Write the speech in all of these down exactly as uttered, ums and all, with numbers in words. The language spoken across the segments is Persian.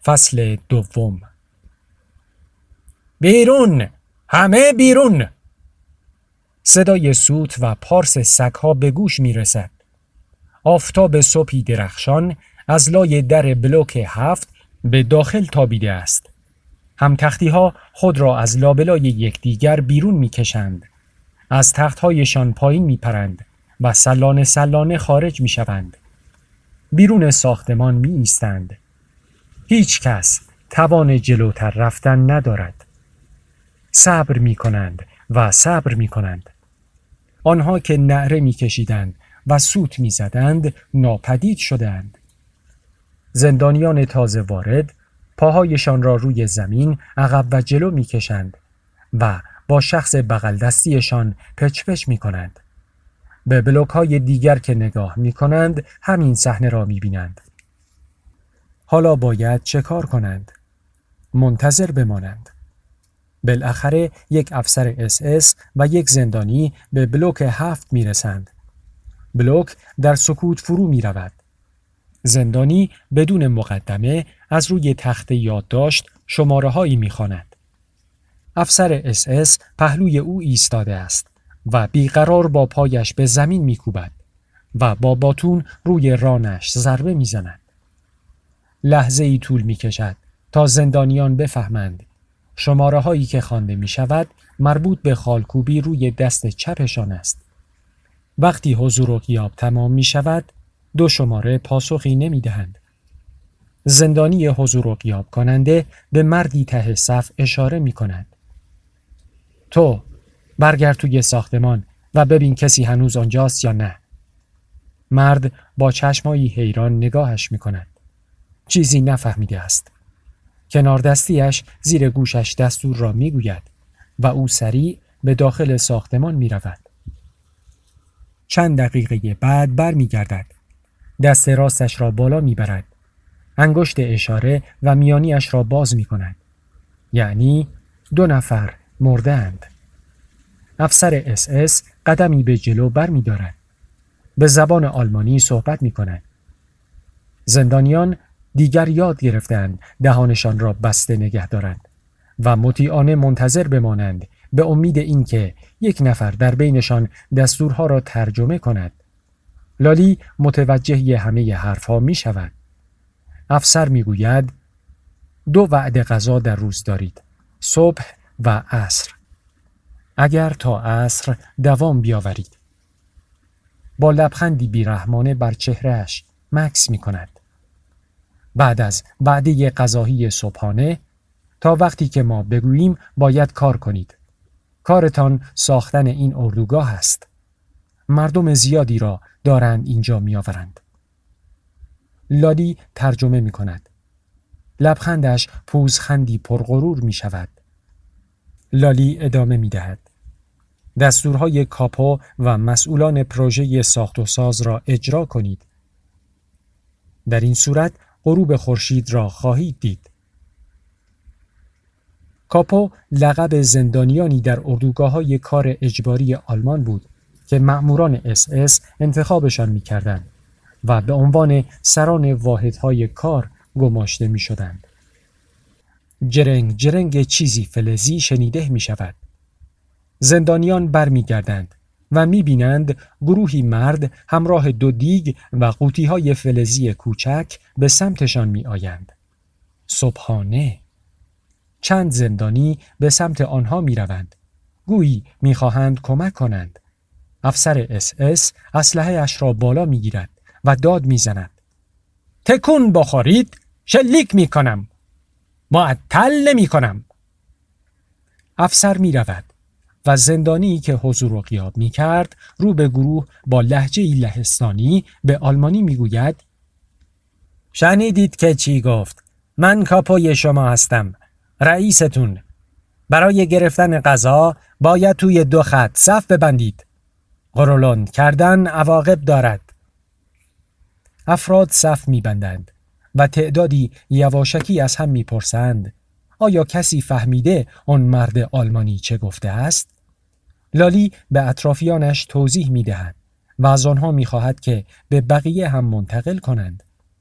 فصل دوم. بیرون! همه بیرون! صدای سوت و پارس سگ‌ها به گوش می رسد. آفتاب صبحی درخشان از لای در بلوک هفت به داخل تابیده است. همتختی‌ها خود را از لابلای یکدیگر بیرون می کشند. از تخت‌هایشان پایین می پرند و سلانه سلانه خارج می شوند. بیرون ساختمان می ایستند. هیچ کس توان جلوتر رفتن ندارد. صبر می کنند و صبر می کنند. آنها که نعره می کشیدند و سوت می زدند ناپدید شدند. زندانیان تازه وارد پاهایشان را روی زمین عقب و جلو می کشند و با شخص بغل دستیشان پچ پچ می کنند. به بلوک های دیگر که نگاه می کنند همین صحنه را می بینند. حالا باید چه کار کنند؟ منتظر بمانند. بالاخره یک افسر اس اس و یک زندانی به بلوک هفت می رسند. بلوک در سکوت فرو می رود. زندانی بدون مقدمه از روی تخت یادداشت شماره هایی می خواند. افسر اس اس پهلوی او ایستاده است و بیقرار با پایش به زمین می کوبد و با باتون روی رانش ضربه می زند. لحظه ای طول می کشد تا زندانیان بفهمند شماره هایی که خوانده می شود مربوط به خالکوبی روی دست چپشان است. وقتی حضور و غیاب تمام می شود دو شماره پاسخی نمی دهند. زندانی حضور و غیاب کننده به مردی ته صف اشاره می کند. تو برگرد توی ساختمان و ببین کسی هنوز آنجاست یا نه. مرد با چشمایی حیران نگاهش می کند. چیزی نفهمیده است. کنار دستیش زیر گوشش دستور را می گوید و او سریع به داخل ساختمان می رود. چند دقیقه بعد بر می گردد. دست راستش را بالا می برد. انگشت اشاره و میانیش را باز می کند. یعنی دو نفر مرده اند. افسر اس اس قدمی به جلو بر می دارد. به زبان آلمانی صحبت می کند. زندانیان دیگر یاد گرفتند دهانشان را بسته نگه دارند و مطیعانه منتظر بمانند به امید اینکه یک نفر در بینشان دستورها را ترجمه کند. لالی متوجه همه حرفها می شود. افسر می گوید دو وعده غذا در روز دارید، صبح و عصر. اگر تا عصر دوام بیاورید. با لبخندی بیرحمانه بر چهرهش مکث می کند. بعد از وعده غذایی صبحانه تا وقتی که ما بگوییم باید کار کنید. کارتان ساختن این اردوگاه است. مردم زیادی را دارند اینجا می آورند. لالی ترجمه می کند. لبخندش پوزخندی پرغرور می شود. لالی ادامه می دهد. دستورهای کاپو و مسئولان پروژه ساخت و ساز را اجرا کنید. در این صورت غروب خورشید را خواهید دید. کاپو لقب زندانیانی در اردوگاه‌های کار اجباری آلمان بود که مأموران اس اس انتخابشان می‌کردند و به عنوان سران واحدهای کار گماشته می‌شدند. جرنگ جرنگ چیزی فلزی شنیده می‌شود. زندانیان برمیگردند و می‌بینند گروهی مرد همراه دو دیگ و قوطی‌های فلزی کوچک به سمتشان می‌آیند. صبحانه. چند زندانی به سمت آنها می‌روند. گویی می‌خواهند کمک کنند. افسر اس اس اسلحه اش را بالا می‌گیرد و داد می‌زند. تکون بخورید، شلیک می‌کنم. معطل نمی‌کنم. افسر می‌رود و زندانی که حضور و غیاب می کرد رو به گروه با لهجه‌ای لهستانی به آلمانی می گوید شنیدید که چی گفت؟ من کاپوی شما هستم. رئیستون. برای گرفتن غذا باید توی دو خط صف ببندید. قرولند کردن عواقب دارد. افراد صف می بندند و تعدادی یواشکی از هم می پرسند آیا کسی فهمیده آن مرد آلمانی چه گفته است؟ لالی به اطرافیانش توضیح می دهد و از آنها می خواهد که به بقیه هم منتقل کنند.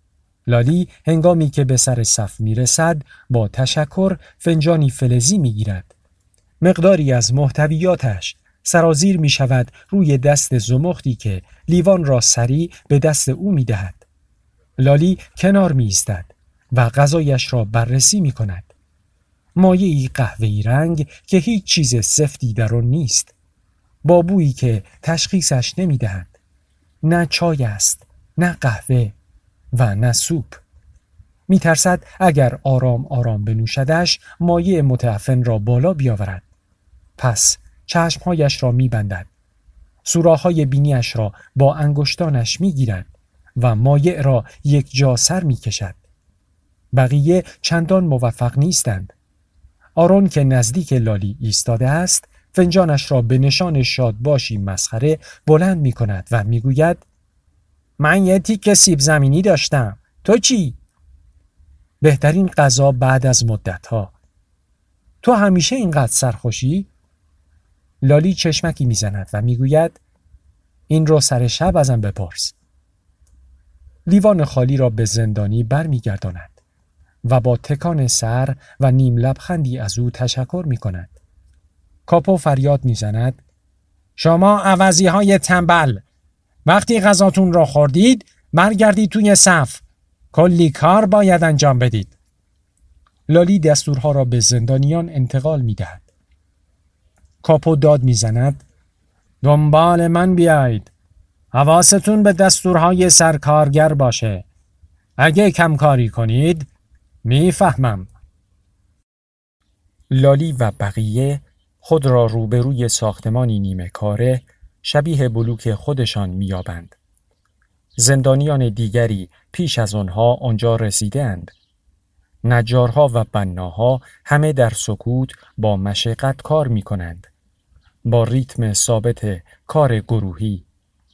لالی هنگامی که به سر صف میرسد با تشکر فنجانی فلزی میگیرد. مقداری از محتویاتش سرازیر می شود روی دست زمختی که لیوان را سریع به دست او می دهد. لالی کنار می ایستد و غذایش را بررسی می کند. مایه‌ای قهوه‌ای رنگ که هیچ چیز سفتی در آن نیست. با بویی که تشخیصش نمی دهد. نه چای است، نه قهوه و نه سوپ. می ترسد اگر آرام آرام بنوشدش مایه متعفن را بالا بیاورد. پس چشمهایش را می بندد. سوراخ‌های بینیش را با انگشتانش می گیرد و مایع را یک جا سر می کشد. بقیه چندان موفق نیستند. آرون که نزدیک لالی ایستاده است فنجانش را به نشان شاد باشی مسخره بلند می کند و می گوید من یه تیکه سیب زمینی داشتم. تو چی؟ بهترین غذا بعد از مدتها. تو همیشه اینقدر سرخوشی؟ لالی چشمکی میزند و میگوید این رو سر شب ازم بپرس. لیوان خالی را به زندانی بر میگرداند و با تکان سر و نیم لبخندی از او تشکر میکند. کاپو فریاد میزند شما عوضی های تنبل، وقتی غذاتون را خوردید برگردید توی صف. کلی کار باید انجام بدید. لالی دستورها را به زندانیان انتقال میدهد. کاپو داد میزند دنبال من بیایید. حواستون به دستورهای سرکارگر باشه. اگه کمکاری کنید میفهمم. لالی و بقیه خود را روبروی ساختمانی نیمه کاره شبیه بلوک خودشان میابند. زندانیان دیگری پیش از آنها آنجا رسیدند. نجارها و بناها همه در سکوت با مشقت کار می کنند. با ریتم ثابت کار گروهی.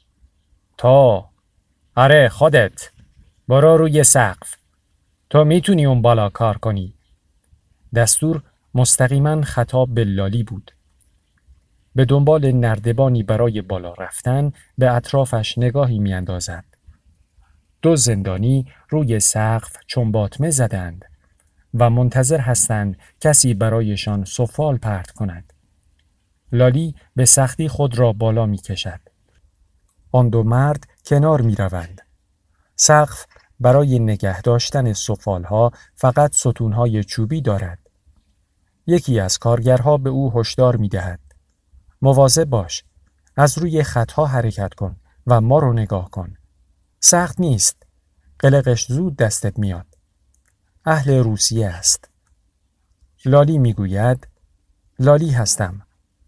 تو، آره خودت، برو روی سقف. تو میتونی اون بالا کار کنی. دستور مستقیما خطاب به لالی بود. به دنبال نردبانی برای بالا رفتن به اطرافش نگاهی میاندازد. دو زندانی روی سقف چنباتمه زدند و منتظر هستند کسی برایشان سفال پرت کند. لالی به سختی خود را بالا می کشد. آن دو مرد کنار می روند. سقف برای نگه داشتن سفالها فقط ستونهای چوبی دارد. یکی از کارگرها به او هشدار می دهد. مواظب باش. از روی خطها حرکت کن و ما رو نگاه کن. سخت نیست. قلقش زود دستت میاد. اهل روسیه است. لالی میگوید لالی هستم.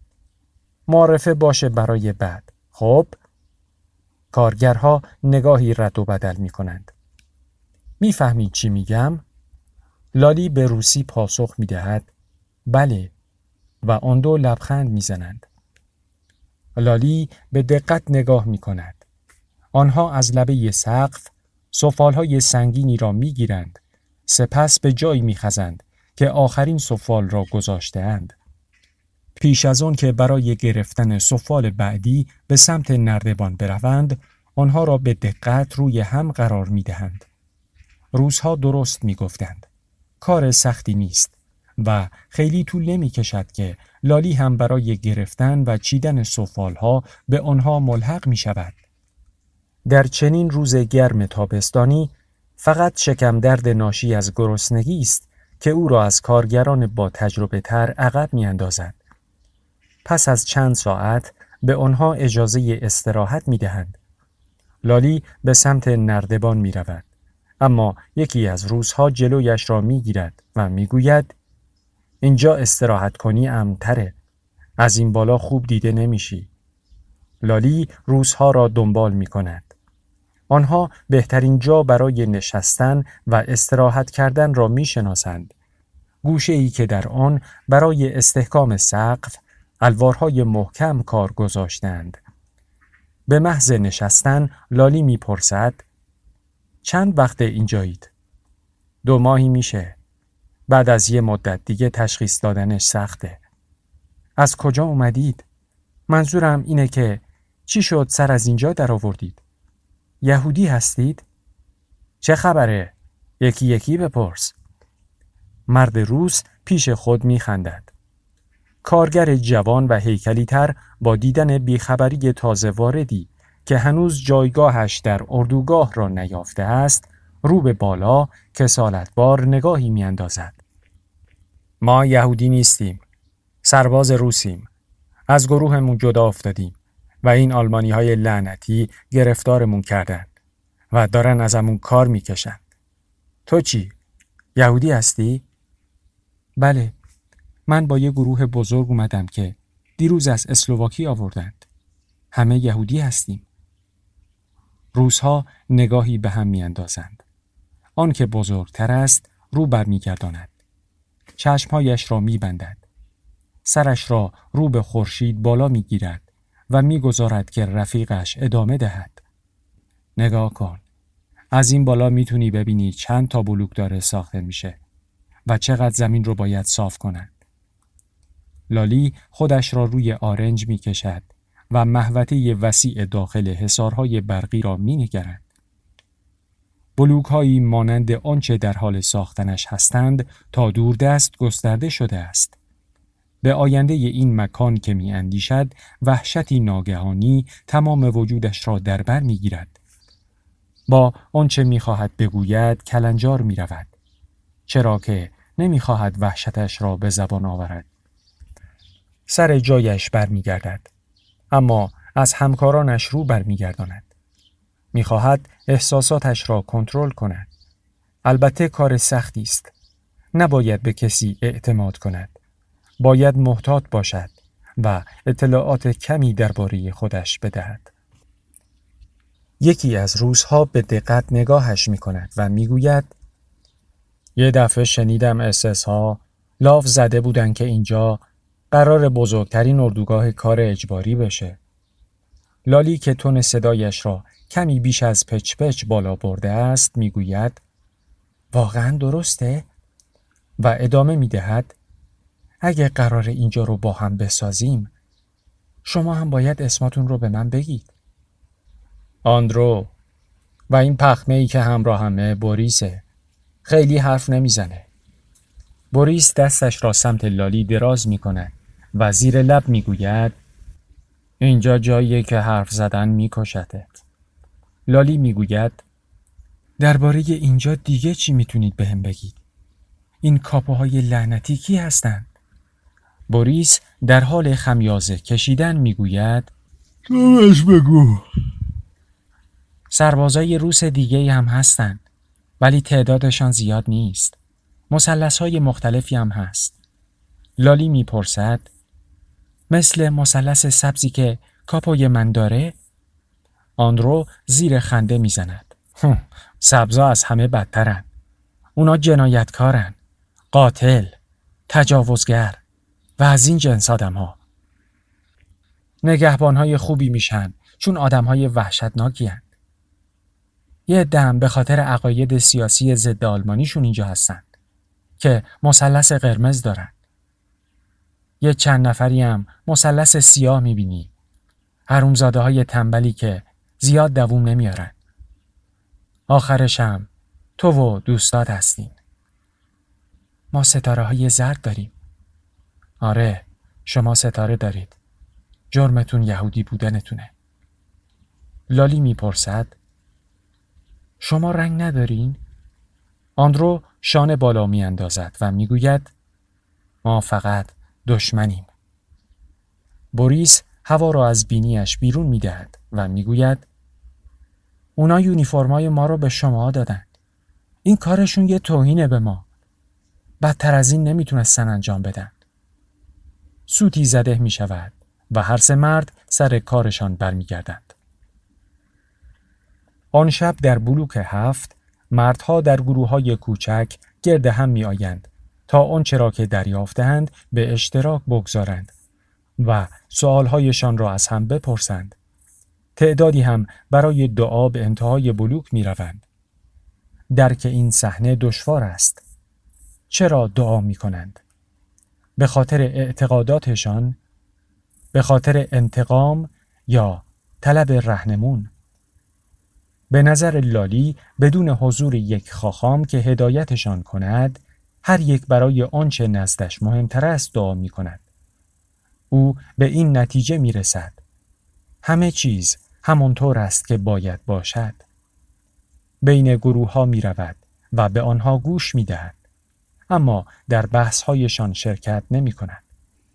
معرفه باشه برای بعد. خب؟ کارگرها نگاهی رد و بدل می کنند. میفهمید چی میگم؟ لالی به روسی پاسخ میدهد بله و آن دو لبخند میزنند. لالی به دقت نگاه می کند. آنها از لبه سقف سفالهای سنگینی را می گیرند. سپس به جایی می خزند که آخرین سفال را گذاشته اند. پیش از آن که برای گرفتن سفال بعدی به سمت نردبان بروند، آنها را به دقت روی هم قرار می دهند. روزها درست می گفتند. کار سختی نیست و خیلی طول نمی کشد که لالی هم برای گرفتن و چیدن سفالها به آنها ملحق می شود. در چنین روز گرم تابستانی فقط شکم درد ناشی از گرسنگی است که او را از کارگران با تجربه تر عقب می اندازد. پس از چند ساعت به آنها اجازه استراحت می دهند. لالی به سمت نردبان می رود. اما یکی از روزها جلویش را می گیرد و می گوید اینجا استراحت کنی امن‌تره. از این بالا خوب دیده نمیشی. لالی روزها را دنبال می کند. آنها بهترین جا برای نشستن و استراحت کردن را می شناسند. گوشه ای که در آن برای استحکام سقف الوارهای محکم کار گذاشتند. به محض نشستن لالی می پرسد چند وقت اینجایید؟ دو ماهی میشه. بعد از یه مدت دیگه تشخیص دادنش سخته. از کجا اومدید؟ منظورم اینه که چی شد سر از اینجا در آوردید؟ یهودی هستید؟ چه خبره؟ یکی یکی بپرس. مرد روس پیش خود می خندد. کارگر جوان و هیکلی تر با دیدن بیخبری تازه واردی که هنوز جایگاهش در اردوگاه را نیافته است، رو به بالا کسالتبار نگاهی می اندازد. ما یهودی نیستیم. سرباز روسیم. از گروهمون جدا افتادیم و این آلمانی های لعنتی گرفتارمون کردن و دارن ازمون کار میکشن. تو چی؟ یهودی هستی؟ بله، من با یه گروه بزرگ اومدم که دیروز از اسلواکی آوردند. همه یهودی هستیم. روس‌ها نگاهی به هم میاندازند. آن که بزرگتر است رو برمیگرداند. چشمهایش را میبندد. سرش را رو به خورشید بالا میگیرد و میگذارد که رفیقش ادامه دهد. نگاه کن. از این بالا میتونی ببینی چند تا بلوک داره ساخته میشه و چقدر زمین رو باید صاف کنند. لالی خودش را روی آرنج میکشد و محوطه وسیع داخل حصارهای برقی را مینگرد. بلوک‌هایی مانند آنچه در حال ساختنش هستند تا دوردست گسترده شده است. به آینده این مکان که می اندیشد وحشتی ناگهانی تمام وجودش را در بر می گیرد. با آنچه می خواهد بگوید کلنجار می رود. چرا که نمی خواهد وحشتش را به زبان آورد. سر جایش بر می گردد. اما از همکارانش رو بر می گرداند. می خواهد احساساتش را کنترل کند. البته کار سختی است. نباید به کسی اعتماد کند. باید محتاط باشد و اطلاعات کمی درباره خودش بدهد. یکی از روزها به دقت نگاهش می کند و می گوید یه دفعه شنیدم اس اس ها لاف زده بودن که اینجا قرار بزرگترین اردوگاه کار اجباری بشه. لالی که تون صدایش را کمی بیش از پچ پچ بالا برده است می گوید واقعا درسته؟ و ادامه می دهد اگه قرار اینجا رو با هم بسازیم شما هم باید اسماتون رو به من بگید. آندرو و این پخمه ای که همراه همه بوریسه. خیلی حرف نمیزنه. بوریس دستش را سمت لالی دراز می کند و زیر لب می گوید اینجا جاییه که حرف زدن می کشتت. لالی می گوید درباره اینجا دیگه چی میتونید بهم بگید؟ این کاپوهای لعنتی کی هستن؟ بوریس در حال خمیازه کشیدن میگوید توش بگو. سربازای روس دیگه هم هستن ولی تعدادشان زیاد نیست. مثلث‌های مختلفی هم هست. لالی میپرسد مثل مثلث سبزی که کاپوی من داره؟ آندرو زیر خنده میزند. سبزا از همه بدترن. اونا جنایتکارن، قاتل، تجاوزگر و از این جنس آدم ها. نگهبانهای خوبی میشن چون آدم های وحشتناکی هن. یه دم به خاطر عقاید سیاسی ضد آلمانیشون اینجا هستن که مثلث قرمز دارن. یه چند نفری هم مثلث سیاه میبینی. حرومزاده های تنبلی که زیاد دووم نمیارن. آخرش هم تو و دوستات هستین. ما ستاره های زرد داریم. آره، شما ستاره دارید. جرمتون یهودی بودنتونه. لالی میپرسد شما رنگ ندارین؟ آندرو شانه بالا میاندازد و میگوید ما فقط دشمنیم. بوریس هوا را از بینیش بیرون میدهد و میگوید اونا یونیفرمای ما رو به شما دادن. این کارشون یه توهینه به ما. بدتر از این نمیتونستن انجام بدن. سوتی زده می شود و هر سه مرد سر کارشان برمیگردند. آن شب در بلوک هفت مردها در گروه‌های کوچک گرد هم می آیند تا آنچه را که دریافتند به اشتراک بگذارند و سؤالهایشان را از هم بپرسند. تعدادی هم برای دعا به انتهای بلوک می روند. درک این صحنه دشوار است. چرا دعا می کنند؟ به خاطر اعتقاداتشان، به خاطر انتقام یا طلب رهنمون. به نظر لالی بدون حضور یک خاخام که هدایتشان کند، هر یک برای آنچه نزدش مهمتر است دعا می کند. او به این نتیجه می رسد: همه چیز همانطور است که باید باشد. بین گروه ها می رود و به آنها گوش می دهد، اما در بحث هایشان شرکت نمی کند.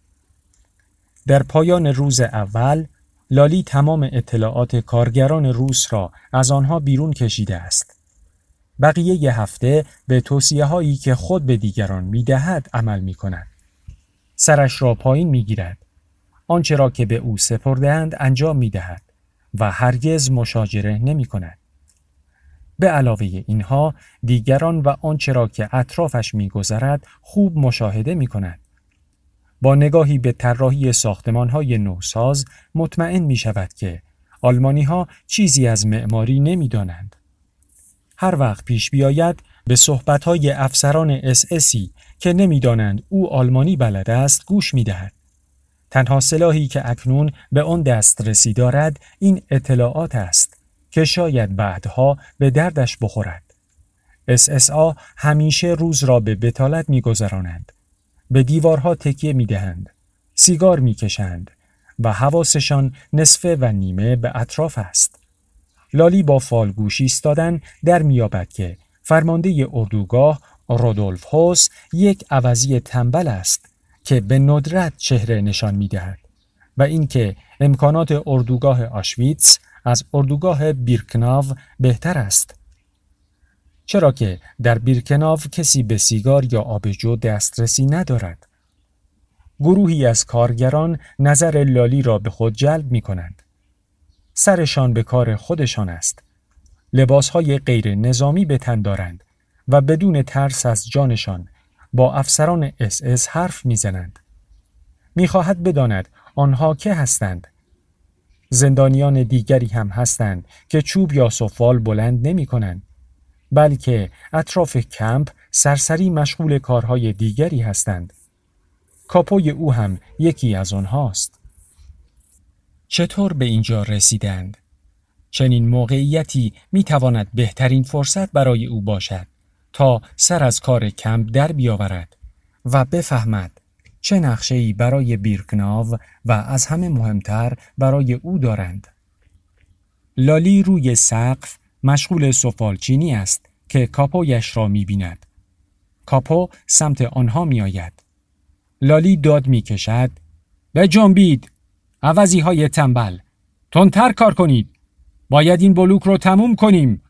در پایان روز اول، لالی تمام اطلاعات کارگران روس را از آنها بیرون کشیده است. بقیه ی هفته به توصیه هایی که خود به دیگران می دهد عمل می کند. سرش را پایین می گیرد. آنچه را که به او سپرده‌اند انجام می دهد و هرگز مشاجره نمی کند. به علاوه اینها دیگران و آنچه را که اطرافش می گذرد خوب مشاهده می کند. با نگاهی به طراحی ساختمان‌های نوساز مطمئن می شود که آلمانی‌ها چیزی از معماری نمی دانند. هر وقت پیش بیاید به صحبت‌های افسران اس اسی که نمی دانند او آلمانی بلد است گوش می دهد. تنها سلاحی که اکنون به آن دسترسی دارد این اطلاعات است که شاید بعدها به دردش بخورد. اس اس آ همیشه روز را به بتالت می گذرانند. به دیوارها تکیه می دهند. سیگار می کشند و حواسشان نصفه و نیمه به اطراف است. لالی با فالگوش ایستادن در میابد که فرمانده اردوگاه رودولف هوس یک عوضی تنبل است که به ندرت چهره نشان می دهد و اینکه امکانات اردوگاه آشویتس از اردوگاه بیرکناو بهتر است. چرا که در بیرکناو کسی به سیگار یا آبجو دسترسی ندارد. گروهی از کارگران نظر لالی را به خود جلب می کنند. سرشان به کار خودشان است. لباسهای غیر نظامی به تن دارند و بدون ترس از جانشان با افسران اس اس حرف می زنند. می خواهد بداند آنها که هستند. زندانیان دیگری هم هستند که چوب یا سفال بلند نمی کنند، بلکه اطراف کمپ سرسری مشغول کارهای دیگری هستند. کاپوی او هم یکی از آنهاست. چطور به اینجا رسیدند؟ چنین موقعیتی می تواند بهترین فرصت برای او باشد تا سر از کار کمپ در بیاورد و بفهمد چه نقشه‌ای برای بیرکناو و از همه مهمتر برای او دارند. لالی روی سقف مشغول سفالچینی است که کاپویش را می بیند. کاپو سمت آنها می آید. لالی داد می کشد: بجنبید! عوضی های تنبل! تندتر کار کنید! باید این بلوک رو تموم کنیم!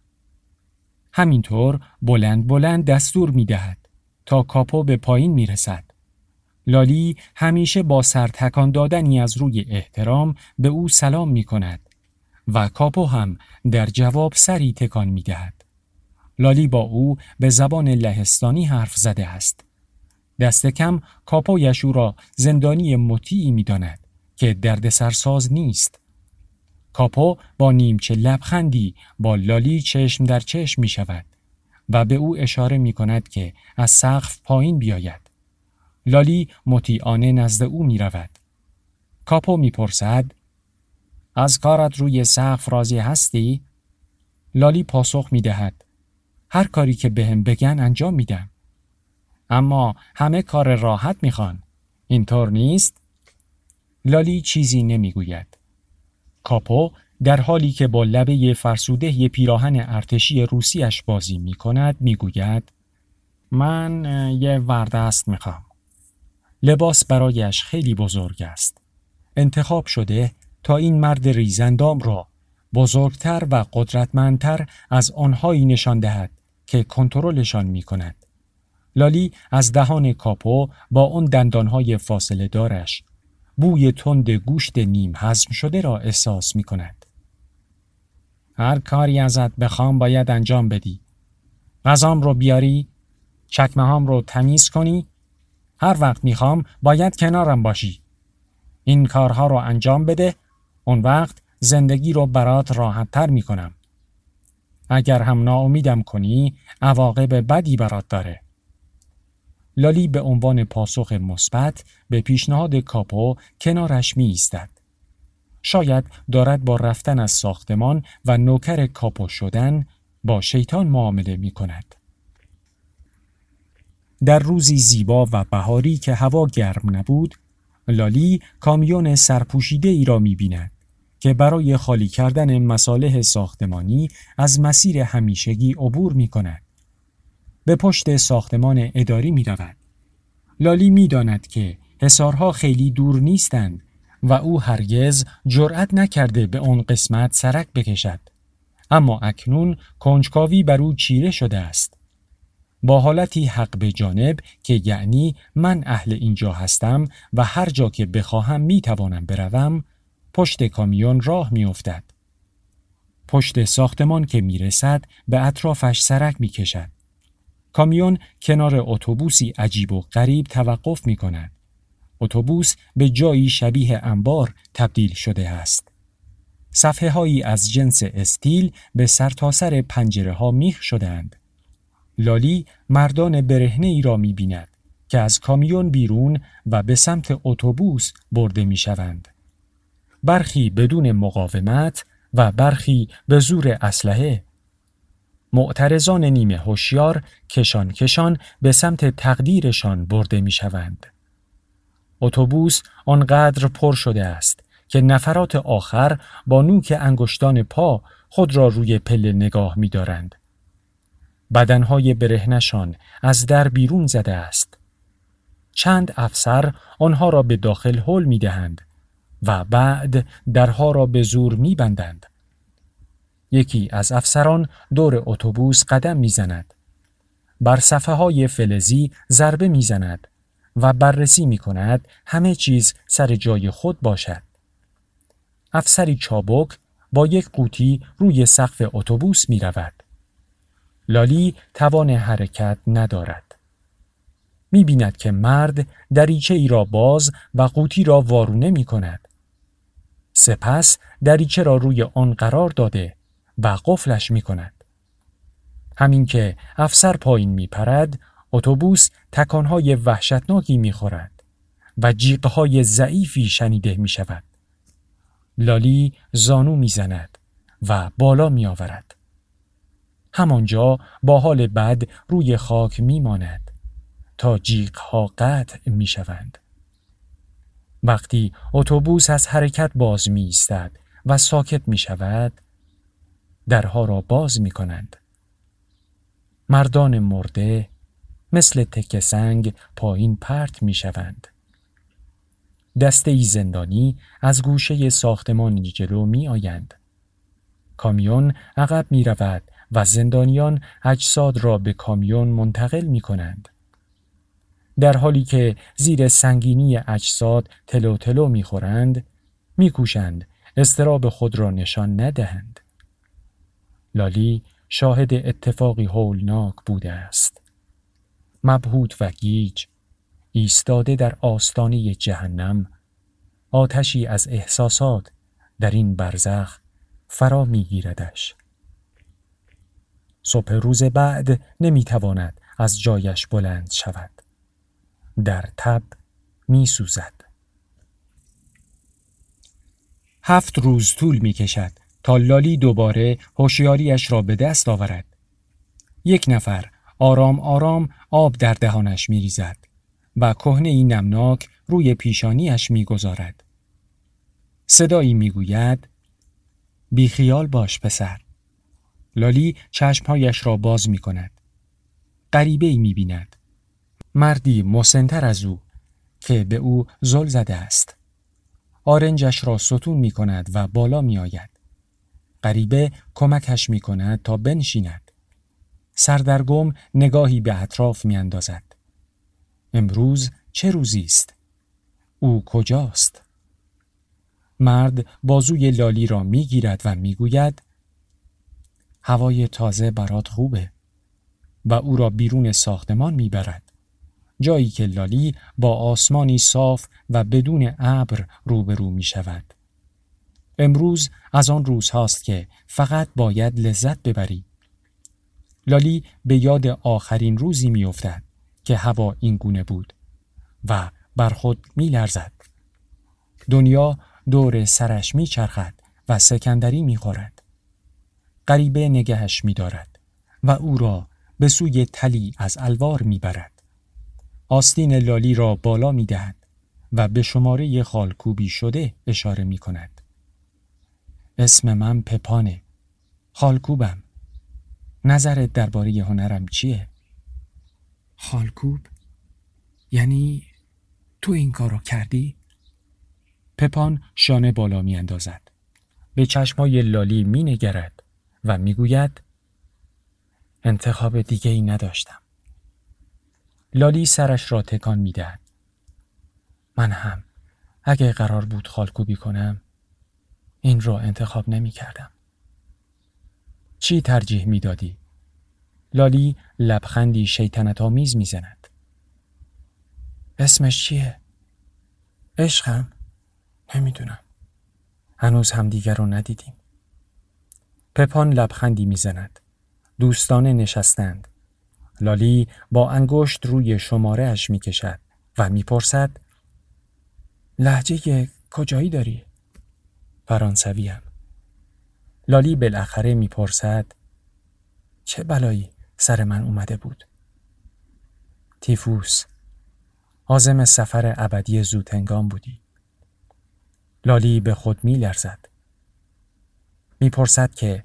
همینطور بلند بلند دستور می دهد تا کاپو به پایین می رسد. لالی همیشه با سر تکان دادنی از روی احترام به او سلام می کند و کاپو هم در جواب سری تکان می دهد. لالی با او به زبان لهستانی حرف زده است. دست کم کاپویش او را زندانی مطیعی می داند که دردسرساز نیست. کاپو با نیمچه لبخندی با لالی چشم در چشم می شود و به او اشاره می کند که از سقف پایین بیاید. لالی مطیعانه نزد او می رود. کاپو می پرسد: از کارت روی سقف راضی هستی؟ لالی پاسخ می دهد: هر کاری که بهم بگن انجام میدم. اما همه کار راحت میخوان. اینطور نیست؟ لالی چیزی نمیگوید. کاپو در حالی که با لبه فرسوده ی پیراهن ارتشی روسیش بازی میکند میگوید: من یه وردست میخوام. لباس برایش خیلی بزرگ است. انتخاب شده تا این مرد ریزندام را بزرگتر و قدرتمندتر از آنهایی نشان دهد که کنترلشان می کند. لالی از دهان کاپو با آن دندانهای فاصله دارش بوی تند گوشت نیم هضم شده را احساس می کند. هر کاری ازت بخوام باید انجام بدی. غذام رو بیاری، چکمه هام رو تمیز کنی، هر وقت میخوام باید کنارم باشی. این کارها رو انجام بده، اون وقت زندگی رو برات راحت تر میکنم. اگر هم ناامیدم کنی، عواقب بدی برات داره. لالی به عنوان پاسخ مثبت به پیشنهاد کاپو کنارش می ایستد. شاید دارد با رفتن از ساختمان و نوکر کاپو شدن با شیطان معامله می کند. در روزی زیبا و بهاری که هوا گرم نبود، لالی کامیون سرپوشیده ای را می بیند که برای خالی کردن مصالح ساختمانی از مسیر همیشگی عبور می کند. به پشت ساختمان اداری می رود. لالی می داند که حصارها خیلی دور نیستند و او هرگز جرأت نکرده به آن قسمت سرک بکشد. اما اکنون کنجکاوی بر او چیره شده است. با حالتی حق به جانب که یعنی من اهل اینجا هستم و هر جا که بخواهم می توانم بروم، پشت کامیون راه می افتد. پشت ساختمان که می رسد به اطرافش سرک می کشد. کامیون کنار اتوبوسی عجیب و غریب توقف می کند. اتوبوس به جایی شبیه انبار تبدیل شده است. صفحه هایی از جنس استیل به سرتاسر پنجره ها میخ شدند. لالی مردان برهنه ای را می بیند که از کامیون بیرون و به سمت اتوبوس برده می شوند. برخی بدون مقاومت و برخی به زور اسلحه. معترضان نیمه هوشیار کشان کشان به سمت تقدیرشان برده می شوند. اتوبوس آنقدر پر شده است که نفرات آخر با نوک انگشتان پا خود را روی پله نگاه می دارند. بدنهای برهنشان از در بیرون زده است. چند افسر آنها را به داخل هل می دهند و بعد درها را به زور می بندند. یکی از افسران دور اتوبوس قدم می زند. بر صفحه های فلزی ضربه می زند و بررسی می کند همه چیز سر جای خود باشد. افسری چابک با یک قوطی روی سقف اتوبوس می رود. لالی توان حرکت ندارد. می بیند که مرد دریچه ای را باز و قوطی را وارونه می کند. سپس دریچه را روی آن قرار داده و قفلش می کند. همین که افسر پایین می پرد، اتوبوس تکانهای وحشتناکی می خورد و جیغهای ضعیفی شنیده می شود. لالی زانو می زند و بالا می آورد. همانجا با حال بد روی خاک می ماند تا جیغها قطع می شوند. وقتی اتوبوس از حرکت باز می ایستد و ساکت می شود، درها را باز می کنند. مردان مرده مثل تکه سنگ پایین پرت می شوند. دسته ای زندانی از گوشه ساختمانی جلو می آیند. کامیون عقب می رود و زندانیان اجساد را به کامیون منتقل می کنند. در حالی که زیر سنگینی اجساد تلو تلو می خورند، می کوشند اضطراب خود را نشان ندهند. لالی شاهد اتفاقی هولناک بوده است. مبهوت و گیج، ایستاده در آستانه جهنم، آتشی از احساسات در این برزخ فرا می گیردش. صبح روز بعد نمی تواند از جایش بلند شود. در تب می سوزد. هفت روز طول می کشد تا لالی دوباره هوشیاریش را به دست آورد. یک نفر آرام آرام آب در دهانش می ریزد و کهنه‌ای نمناک روی پیشانیش می گذارد. صدایی می گوید: بیخیال باش پسر. لالی چشمهایش را باز می کند. غریبه‌ای می بیند. مردی مسن‌تر از او که به او زل زده است. آرنجش را ستون می کند و بالا می آید. غریبه کمکش می کند تا بنشیند. سردرگم نگاهی به اطراف می اندازد. امروز چه روزی است؟ او کجاست؟ مرد بازوی لالی را می گیرد و می گوید: هوای تازه برات خوبه، و او را بیرون ساختمان می برد. جایی که لالی با آسمانی صاف و بدون ابر روبرو می شود. امروز از آن روز هاست که فقط باید لذت ببری. لالی به یاد آخرین روزی می افتد که هوا این گونه بود و بر خود می لرزد. دنیا دور سرش می چرخد و سکندری می خورد. غریبه نگهش می دارد و او را به سوی تلی از الوار می برد. آستین لالی را بالا می دهد و به شماره خالکوبی شده اشاره می کند. اسم من پپانه. خالکوبم. نظرت درباره هنرم چیه؟ خالکوب؟ یعنی تو این کارو کردی؟ پپان شانه بالا می اندازد. به چشمای لالی می نگرد و می گوید انتخاب دیگه ای نداشتم. لالی سرش را تکان می دهد. من هم اگه قرار بود خالکوبی کنم این را انتخاب نمی کردم. چی ترجیح می دادی؟ لالی لبخندی شیطنت آمیز می زند. اسمش چیه؟ عشقم؟ نمیدونم. هنوز همدیگر رو ندیدیم. پپان لبخندی می زند. دوستانه نشستند. لالی با انگشت روی شماره اش می کشد و می پرسد لهجه کجایی داری؟ فرانسوی هم. لالی بالاخره می پرسد چه بلایی سر من اومده بود؟ تیفوس. عازم سفر ابدی زودهنگام بودی. لالی به خود می لرزد. می پرسد که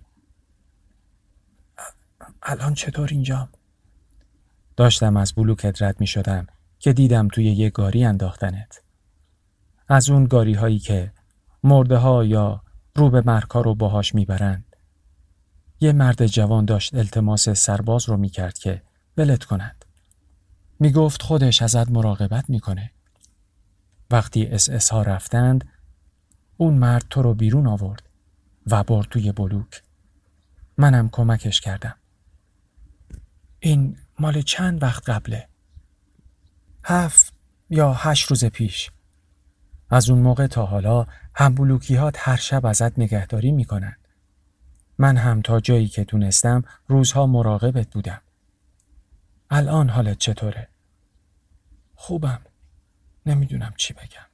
الان چطور اینجام؟ داشتم از بلوکت رد می شدم که دیدم توی یه گاری انداختنت. از اون گاری هایی که مرده ها یا رو به مرکا رو باهاش می برند. یه مرد جوان داشت التماس سرباز رو می کرد که ولت کند. می گفت خودش ازت مراقبت می کنه. وقتی اس اس ها رفتند اون مرد تو رو بیرون آورد و برد توی بلوک. منم کمکش کردم. این مال چند وقت قبله؟ هفت یا هشت روز پیش. از اون موقع تا حالا هم بلوکی‌هات هر شب ازت نگهداری میکنن. من هم تا جایی که تونستم روزها مراقبت بودم. الان حالت چطوره؟ خوبم. نمیدونم چی بگم.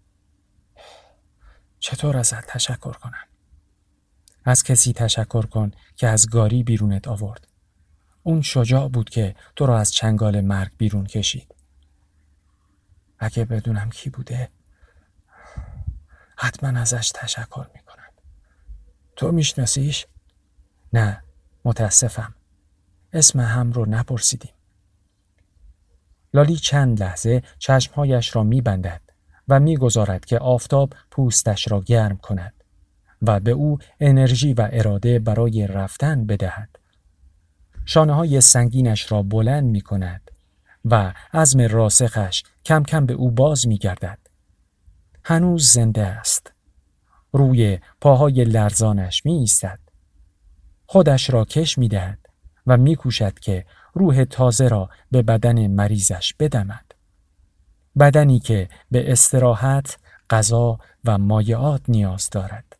چطور ازت تشکر کنم؟ از کسی تشکر کن که از گاری بیرونت آورد. اون شجاع بود که تو را از چنگال مرگ بیرون کشید. اگه بدونم کی بوده حتما ازش تشکر میکنم. تو میشناسیش؟ نه، متاسفم. اسم هم رو نپرسیدیم. لالی چند لحظه چشمهایش را میبندد و میگذارد که آفتاب پوستش را گرم کند و به او انرژی و اراده برای رفتن بدهد. شانه های سنگینش را بلند می کند و عزم راسخش کم کم به او باز می گردد. هنوز زنده است. روی پاهای لرزانش می ایستد. خودش را کش می دهد و می کوشد که روح تازه را به بدن مریضش بدمد. بدنی که به استراحت، غذا و مایعات نیاز دارد.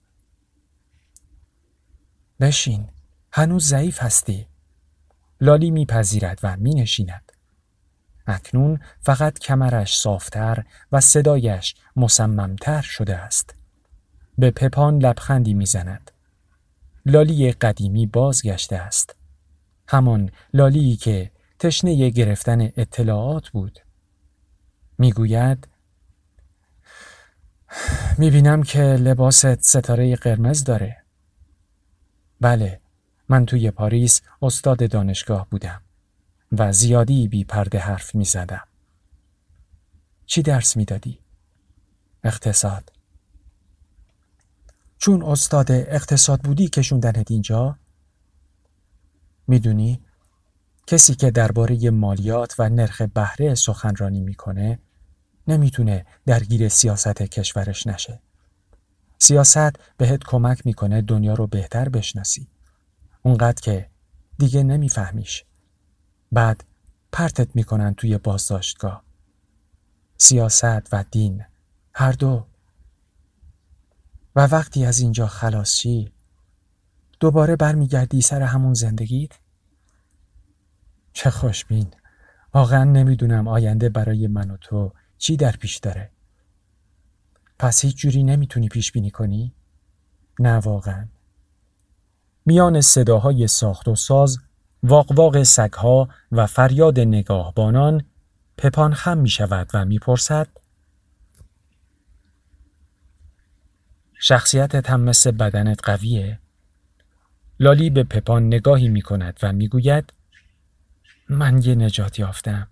بشین، هنوز ضعیف هستی. لالی میپذیرد و مینشیند. اکنون فقط کمرش صافتر و صدایش مصممتر شده است. به پپان لبخندی میزند. لالی قدیمی بازگشته است. همان لالی که تشنه گرفتن اطلاعات بود. میگوید میبینم که لباست ستاره قرمز داره. بله، من توی پاریس استاد دانشگاه بودم و زیادی بی پرده حرف می زدم. چی درس می دادی؟ اقتصاد. چون استاد اقتصاد بودی کشوندنت اینجا؟ میدونی کسی که درباره مالیات و نرخ بهره سخنرانی میکنه نمیتونه درگیر سیاست کشورش نشه. سیاست بهت کمک میکنه دنیا رو بهتر بشناسی. اونقدر که دیگه نمیفهمیش. بعد پرتت میکنن توی بازداشتگاه. سیاست و دین هر دو. و وقتی از اینجا خلاص شی دوباره برمیگردی سر همون زندگیت؟ چه خوشبین. واقعا نمیدونم آینده برای من و تو چی در پیش داره. پس هیچ جوری نمیتونی پیش بینی کنی؟ نه واقعا. میان صداهای ساخت و ساز، واق سگها و فریاد نگاهبانان، پپان خم می شود و می پرسد شخصیتت هم مثل بدنت قویه؟ لالی به پپان نگاهی می کند و می گوید من یه نجات یافتم.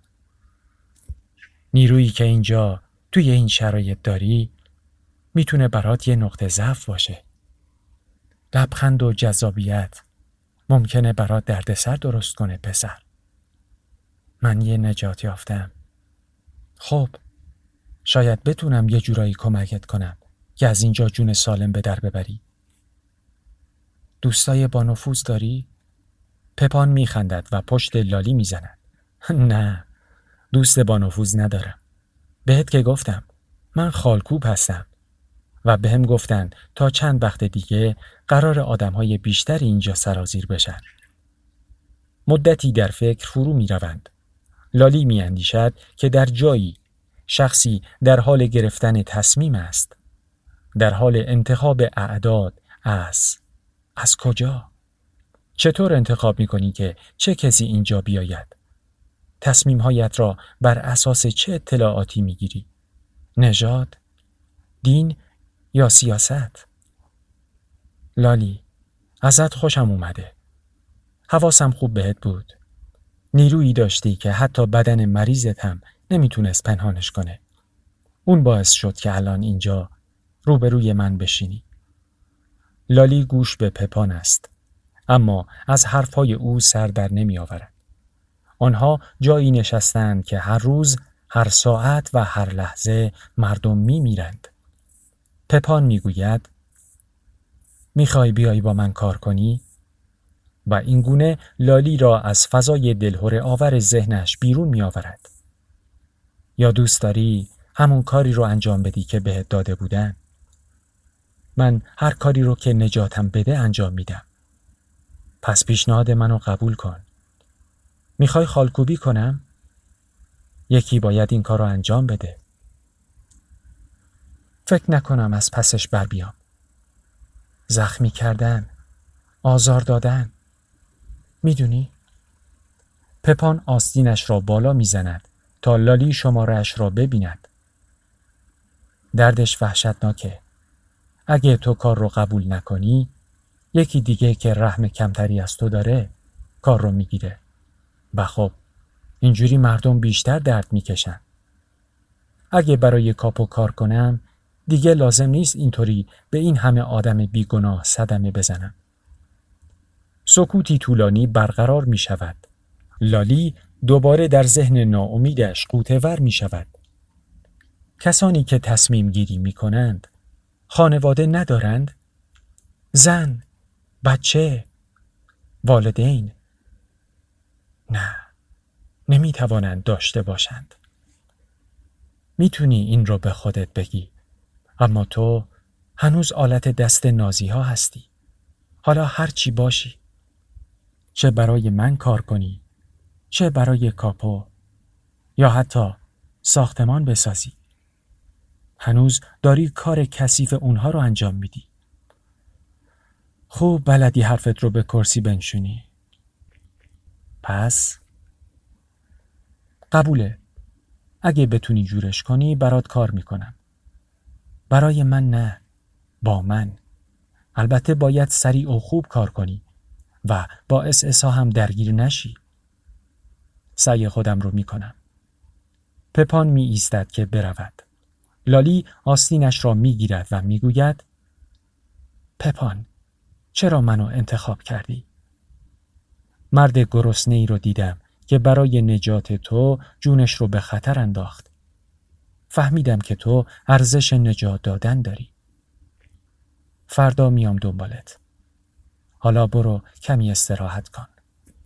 نیرویی که اینجا توی این شرایط داری میتونه برات یه نقطه ضعف باشه. لبخند و جذابیت ممکنه برات دردسر درست کنه پسر. من یه نجات یافتم. خب شاید بتونم یه جورایی کمکت کنم که از اینجا جون سالم به در ببری. دوستای با نفوذ داری؟ پپان میخندد و پشت لالی میزند. نه، دوست با نفوذ ندارم. بهت که گفتم من خالکوب هستم و به هم گفتن تا چند وقت دیگه قرار آدمهای بیشتری اینجا سرازیر بشن. مدتی در فکر فرو می روند. لالی می اندیشد که در جایی شخصی در حال گرفتن تصمیم است. در حال انتخاب اعداد از از کجا؟ چطور انتخاب می کنی که چه کسی اینجا بیاید؟ تصمیمهایت را بر اساس چه اطلاعاتی می گیری؟ نژاد؟ دین یا سیاست؟ لالی، ازت خوشم اومده. حواسم خوب بهت بود. نیرویی داشتی که حتی بدن مریضت هم نمیتونست پنهانش کنه. اون باعث شد که الان اینجا روبروی من بشینی. لالی گوش به پپان است، اما از حرفهای او سر در نمی آورد. آنها جایی نشستند که هر روز، هر ساعت و هر لحظه مردم می میرند. پپان می گوید میخوای بیایی با من کار کنی؟ و این گونه لالی را از فضای دلهره آور ذهنش بیرون می آورد. یا دوست داری همون کاری رو انجام بدی که بهت داده بودن؟ من هر کاری رو که نجاتم بده انجام میدم. پس پیشنهاد منو قبول کن. میخوای خالکوبی کنم؟ یکی باید این کار رو انجام بده. فکر نکنم از پسش بر بیام. زخمی کردن، آزار دادن. میدونی؟ پپان آستینش را بالا میزند تا لالی شماره‌اش را ببیند. دردش وحشتناکه. اگه تو کار رو قبول نکنی، یکی دیگه که رحم کمتری از تو داره کار رو میگیره. و خب اینجوری مردم بیشتر درد میکشن. اگه برای کاپو کار کنم دیگه لازم نیست اینطوری به این همه آدم بیگناه صدمه بزنم. سکوتی طولانی برقرار می شود. لالی دوباره در ذهن ناامیدش غوطه‌ور می شود. کسانی که تصمیم گیری می کنند خانواده ندارند؟ زن، بچه، والدین؟ نه، نمی توانند داشته باشند. می تونی این رو به خودت بگی، اما تو هنوز آلت دست نازی ها هستی. حالا هر چی باشی، چه برای من کار کنی، چه برای کاپو، یا حتی ساختمان بسازی، هنوز داری کار کثیف اونها رو انجام میدی. خوب بلدی حرفت رو به کرسی بنشونی. پس قبوله. اگه بتونی جورش کنی برات کار میکنم. برای من نه، با من. البته باید سریع و خوب کار کنی و با اس اس ها هم درگیر نشی. سعی خودم رو میکنم. پپان می ایستد که برود. لالی آستینش را میگیرد و میگوید پپان، چرا منو انتخاب کردی؟ مرد گرسنه ای رو دیدم که برای نجات تو جونش رو به خطر انداخت. فهمیدم که تو ارزش نجات دادن داری. فردا میام دنبالت. حالا برو کمی استراحت کن.